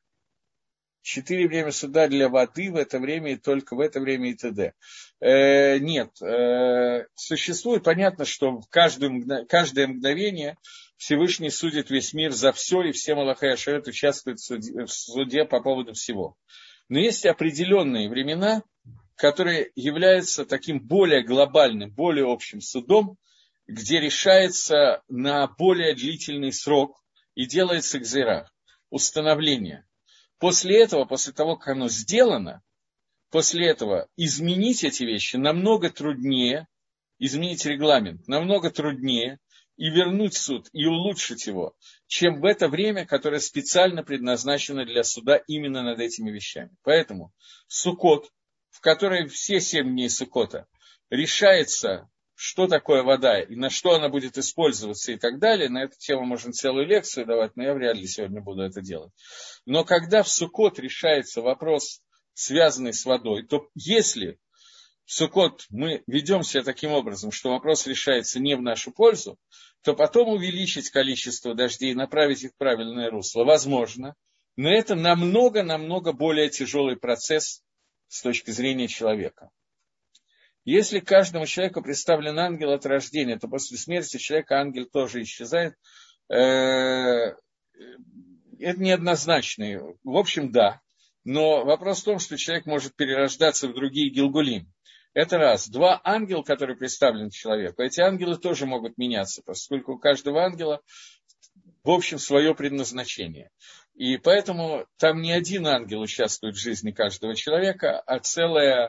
4 время суда для воды в это время и только в это время и т.д. Нет, существует, понятно, что в каждое мгновение Всевышний судит весь мир за все, и все Малахей Ашерет участвуют в суде по поводу всего. Но есть определенные времена, которые являются таким более глобальным, более общим судом, где решается на более длительный срок и делается гзейра, установление. После этого, после того, как оно сделано, после этого изменить эти вещи намного труднее, изменить регламент намного труднее, и вернуть суд, и улучшить его, чем в это время, которое специально предназначено для суда именно над этими вещами. Поэтому Суккот, в которой все 7 дней Суккота решается, что такое вода и на что она будет использоваться и так далее, на эту тему можно целую лекцию давать, но я вряд ли сегодня буду это делать. Но когда в Суккот решается вопрос, связанный с водой, то если в Суккот мы ведем себя таким образом, что вопрос решается не в нашу пользу, то потом увеличить количество дождей и направить их в правильное русло возможно, но это намного более тяжелый процесс с точки зрения человека. Если каждому человеку представлен ангел от рождения, то после смерти человека ангел тоже исчезает. Это неоднозначно. В общем, да. Но вопрос в том, что человек может перерождаться в другие гилгулим. Это раз. 2. Ангел, который представлен человеку, эти ангелы тоже могут меняться, поскольку у каждого ангела, в общем, свое предназначение. И поэтому там не один ангел участвует в жизни каждого человека, а целая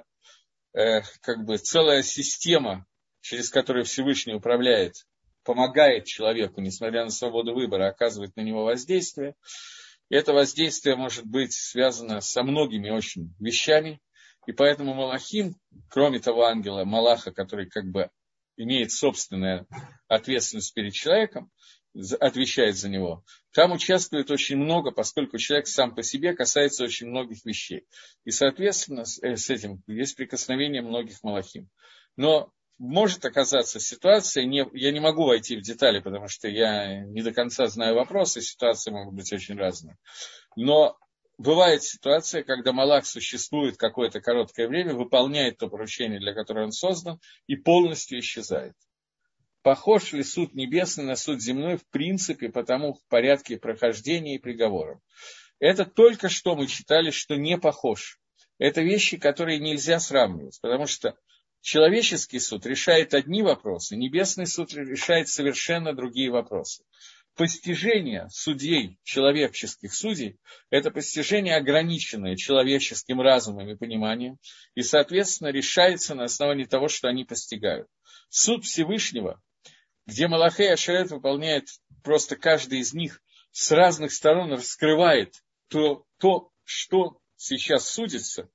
система, через которую Всевышний управляет, помогает человеку, несмотря на свободу выбора, оказывает на него воздействие. И это воздействие может быть связано со многими очень вещами. И поэтому Малахим, кроме того ангела Малаха, который имеет собственную ответственность перед человеком, отвечает за него, там участвует очень много, поскольку человек сам по себе касается очень многих вещей. И, соответственно, с этим есть прикосновение многих Малахим. Но может оказаться ситуация, я не могу войти в детали, потому что я не до конца знаю вопросы, ситуации могут быть очень разные. Но бывает ситуация, когда Малах существует какое-то короткое время, выполняет то поручение, для которого он создан, и полностью исчезает. Похож ли суд небесный на суд земной в принципе, потому в порядке прохождения и приговоров? Это только что мы читали, что не похож. Это вещи, которые нельзя сравнивать, потому что человеческий суд решает одни вопросы, небесный суд решает совершенно другие вопросы. Постижение судей, человеческих судей, это постижение, ограниченное человеческим разумом и пониманием, и, соответственно, решается на основании того, что они постигают. Суд Всевышнего, где Малахей Ашерет выполняет, просто каждый из них с разных сторон раскрывает то, что сейчас судится,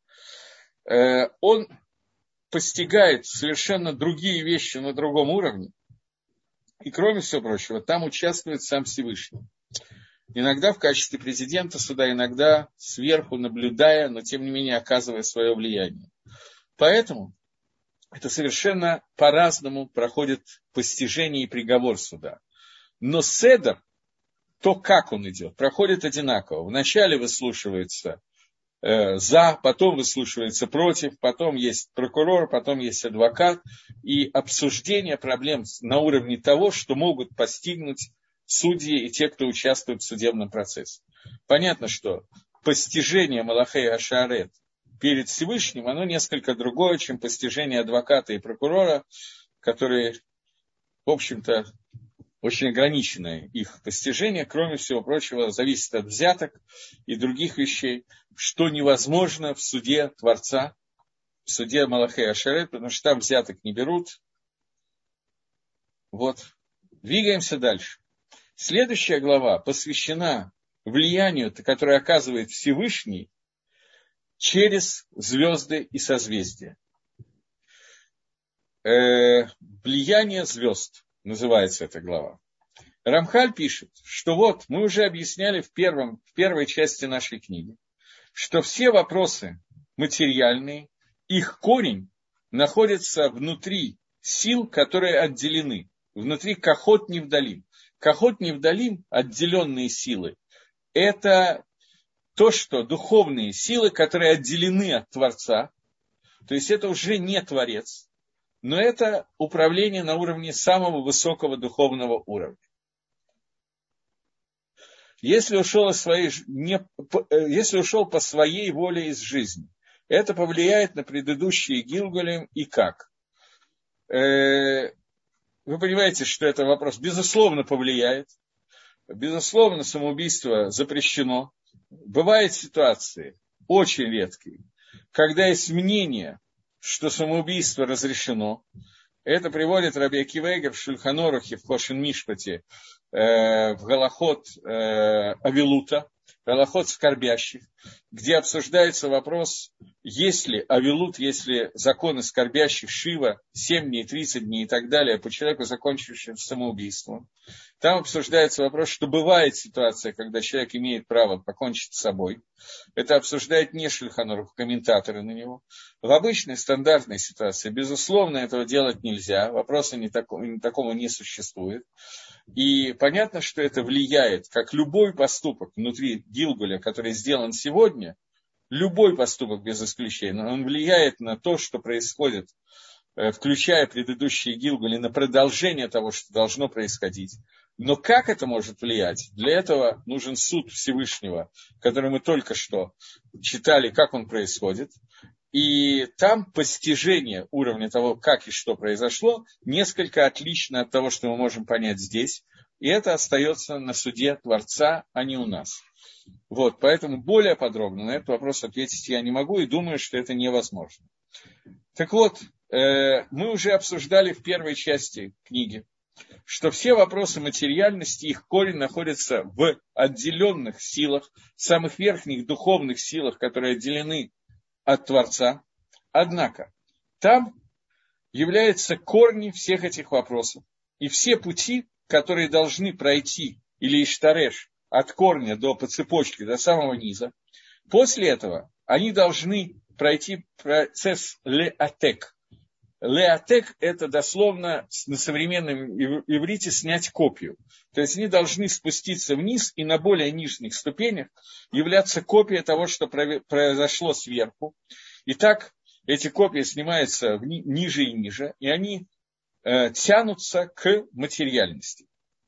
он постигает совершенно другие вещи на другом уровне. И, кроме всего прочего, там участвует сам Всевышний. Иногда в качестве президента суда, иногда сверху наблюдая, но тем не менее оказывая свое влияние. Поэтому это совершенно по-разному проходит постижение и приговор суда. Но седер, то, как он идет, проходит одинаково. Вначале выслушивается за, потом выслушивается против, потом есть прокурор, потом есть адвокат, и обсуждение проблем на уровне того, что могут постигнуть судьи и те, кто участвует в судебном процессе. Понятно, что постижение Малахей Ашарет перед Всевышним, оно несколько другое, чем постижение адвоката и прокурора, которые, в общем-то, очень ограниченное их постижение, кроме всего прочего, зависит от взяток и других вещей, что невозможно в суде Творца, в суде Малахей Ашерет, потому что там взяток не берут. Вот. Двигаемся дальше. Следующая глава посвящена влиянию, которое оказывает Всевышний через звезды и созвездия. Влияние звезд называется эта глава. Рамхаль пишет, что вот мы уже объясняли в первой части нашей книги, что все вопросы материальные, их корень находится внутри сил, которые отделены, внутри кахот невдалим. Кахот невдалим, отделенные силы, это то, что духовные силы, которые отделены от Творца, то есть это уже не Творец, но это управление на уровне самого высокого духовного уровня. Если ушел по своей воле из жизни, это повлияет на предыдущие Гилгулим и как? Вы понимаете, что это вопрос, безусловно, повлияет. Безусловно, самоубийство запрещено. Бывают ситуации, очень редкие, когда есть мнение, что самоубийство разрешено. Это приводит Раби Акива Эйгер в Шульхан Орухе, в Хошен Мишпате, в Галахот Авилута, Галахот скорбящих, где обсуждается вопрос, если Авилут, если законы скорбящих Шива, 7 дней, 30 дней и так далее, по человеку, закончившему самоубийством. Там обсуждается вопрос, что бывает ситуация, когда человек имеет право покончить с собой. Это обсуждает не Шульхан Арух, комментаторы на него. В обычной стандартной ситуации, безусловно, этого делать нельзя. Вопроса такого не существует. И понятно, что это влияет, как любой поступок внутри Гилгуля, который сделан сегодня, любой поступок без исключения, он влияет на то, что происходит, включая предыдущие Гилгули, на продолжение того, что должно происходить. Но как это может влиять? Для этого нужен суд Всевышнего, который мы только что читали, как он происходит. И там постижение уровня того, как и что произошло, несколько отлично от того, что мы можем понять здесь. И это остается на суде Творца, а не у нас. Вот, поэтому более подробно на этот вопрос ответить я не могу и думаю, что это невозможно. Так вот, мы уже обсуждали в первой части книги, что все вопросы материальности, их корень находится в отделенных силах, самых верхних духовных силах, которые отделены от Творца. Однако, там являются корни всех этих вопросов. И все пути, которые должны пройти, или иштареш, от корня по цепочке до самого низа, после этого они должны пройти процесс леатек. Леатек – это дословно на современном иврите снять копию. То есть они должны спуститься вниз и на более нижних ступенях являться копией того, что произошло сверху. И так эти копии снимаются ниже и ниже, и они тянутся к материальности.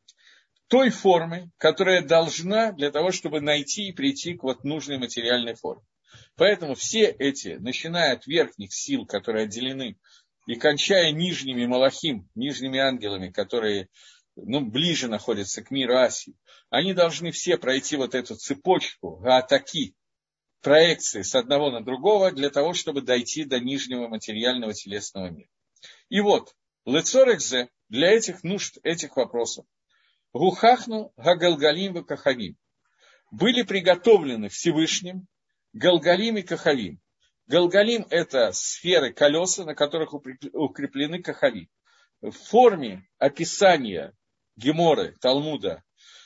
Той формы, которая должна для того, чтобы найти и прийти к вот нужной материальной форме. Поэтому все эти, начиная от верхних сил, которые отделены, и кончая нижними малахим, нижними ангелами, которые ближе находятся к миру Асии, они должны все пройти вот эту цепочку гаатаки, проекции с одного на другого, для того, чтобы дойти до нижнего материального телесного мира. И вот, лецорекзе, для этих нужд, этих вопросов, гухахну гагалгалим и кахавим, были приготовлены Всевышним галгалим и кахавим. Галгалим – это сферы, колеса, на которых укреплены кахави. В форме описания Геморы, Талмуда,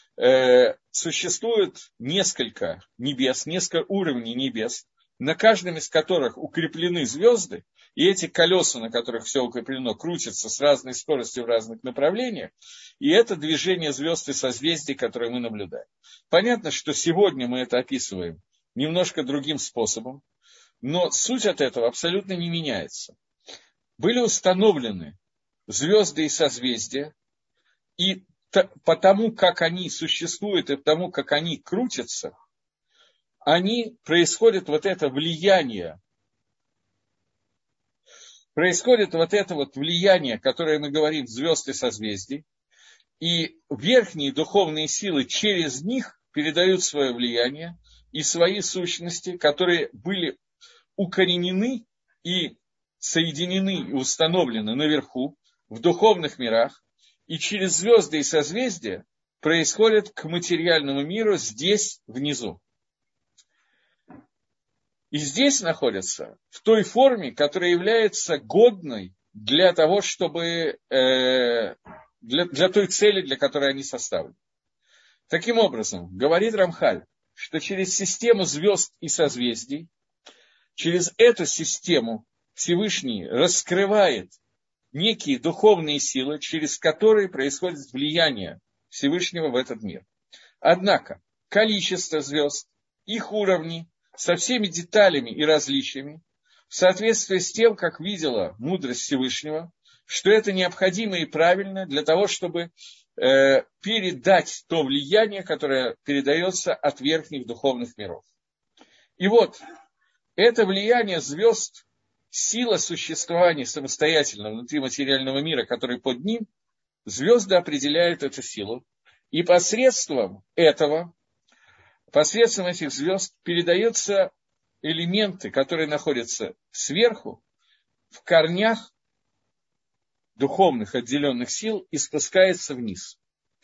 существует несколько небес, несколько уровней небес, на каждом из которых укреплены звезды, и эти колеса, на которых все укреплено, крутятся с разной скоростью в разных направлениях, и это движение звезд и созвездий, которое мы наблюдаем. Понятно, что сегодня мы это описываем немножко другим способом, но суть от этого абсолютно не меняется. Были установлены звезды и созвездия, и потому, как они существуют, и потому, как они крутятся, происходит вот это влияние, которое мы говорим, звезд и созвездий, и верхние духовные силы через них передают свое влияние и свои сущности, которые были укоренены и соединены и установлены наверху, в духовных мирах, и через звезды и созвездия происходит к материальному миру здесь, внизу. И здесь находятся в той форме, которая является годной для того, чтобы для той цели, для которой они составлены. Таким образом, говорит Рамхаль, что через систему звезд и созвездий, через эту систему Всевышний раскрывает некие духовные силы, через которые происходит влияние Всевышнего в этот мир. Однако, количество звезд, их уровни, со всеми деталями и различиями, в соответствии с тем, как видела мудрость Всевышнего, что это необходимо и правильно для того, чтобы передать то влияние, которое передается от верхних духовных миров. И вот, это влияние звезд, сила существования самостоятельно внутри материального мира, который под ним, звезды определяют эту силу. И посредством этих звезд передаются элементы, которые находятся сверху, в корнях духовных отделенных сил и спускается вниз.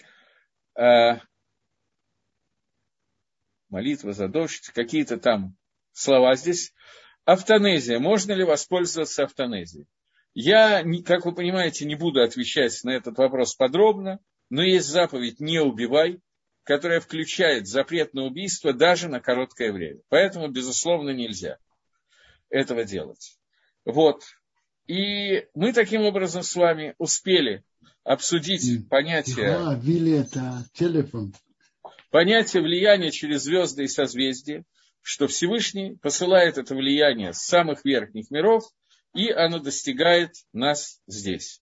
Молитва за дождь, какие-то там слова здесь. Автонезия. Можно ли воспользоваться автонезией? Я, как вы понимаете, не буду отвечать на этот вопрос подробно, но есть заповедь «не убивай», которая включает запрет на убийство даже на короткое время. Поэтому, безусловно, нельзя этого делать. Вот. И мы таким образом с вами успели обсудить понятие влияния через звезды и созвездия, что Всевышний посылает это влияние с самых верхних миров, и оно достигает нас здесь.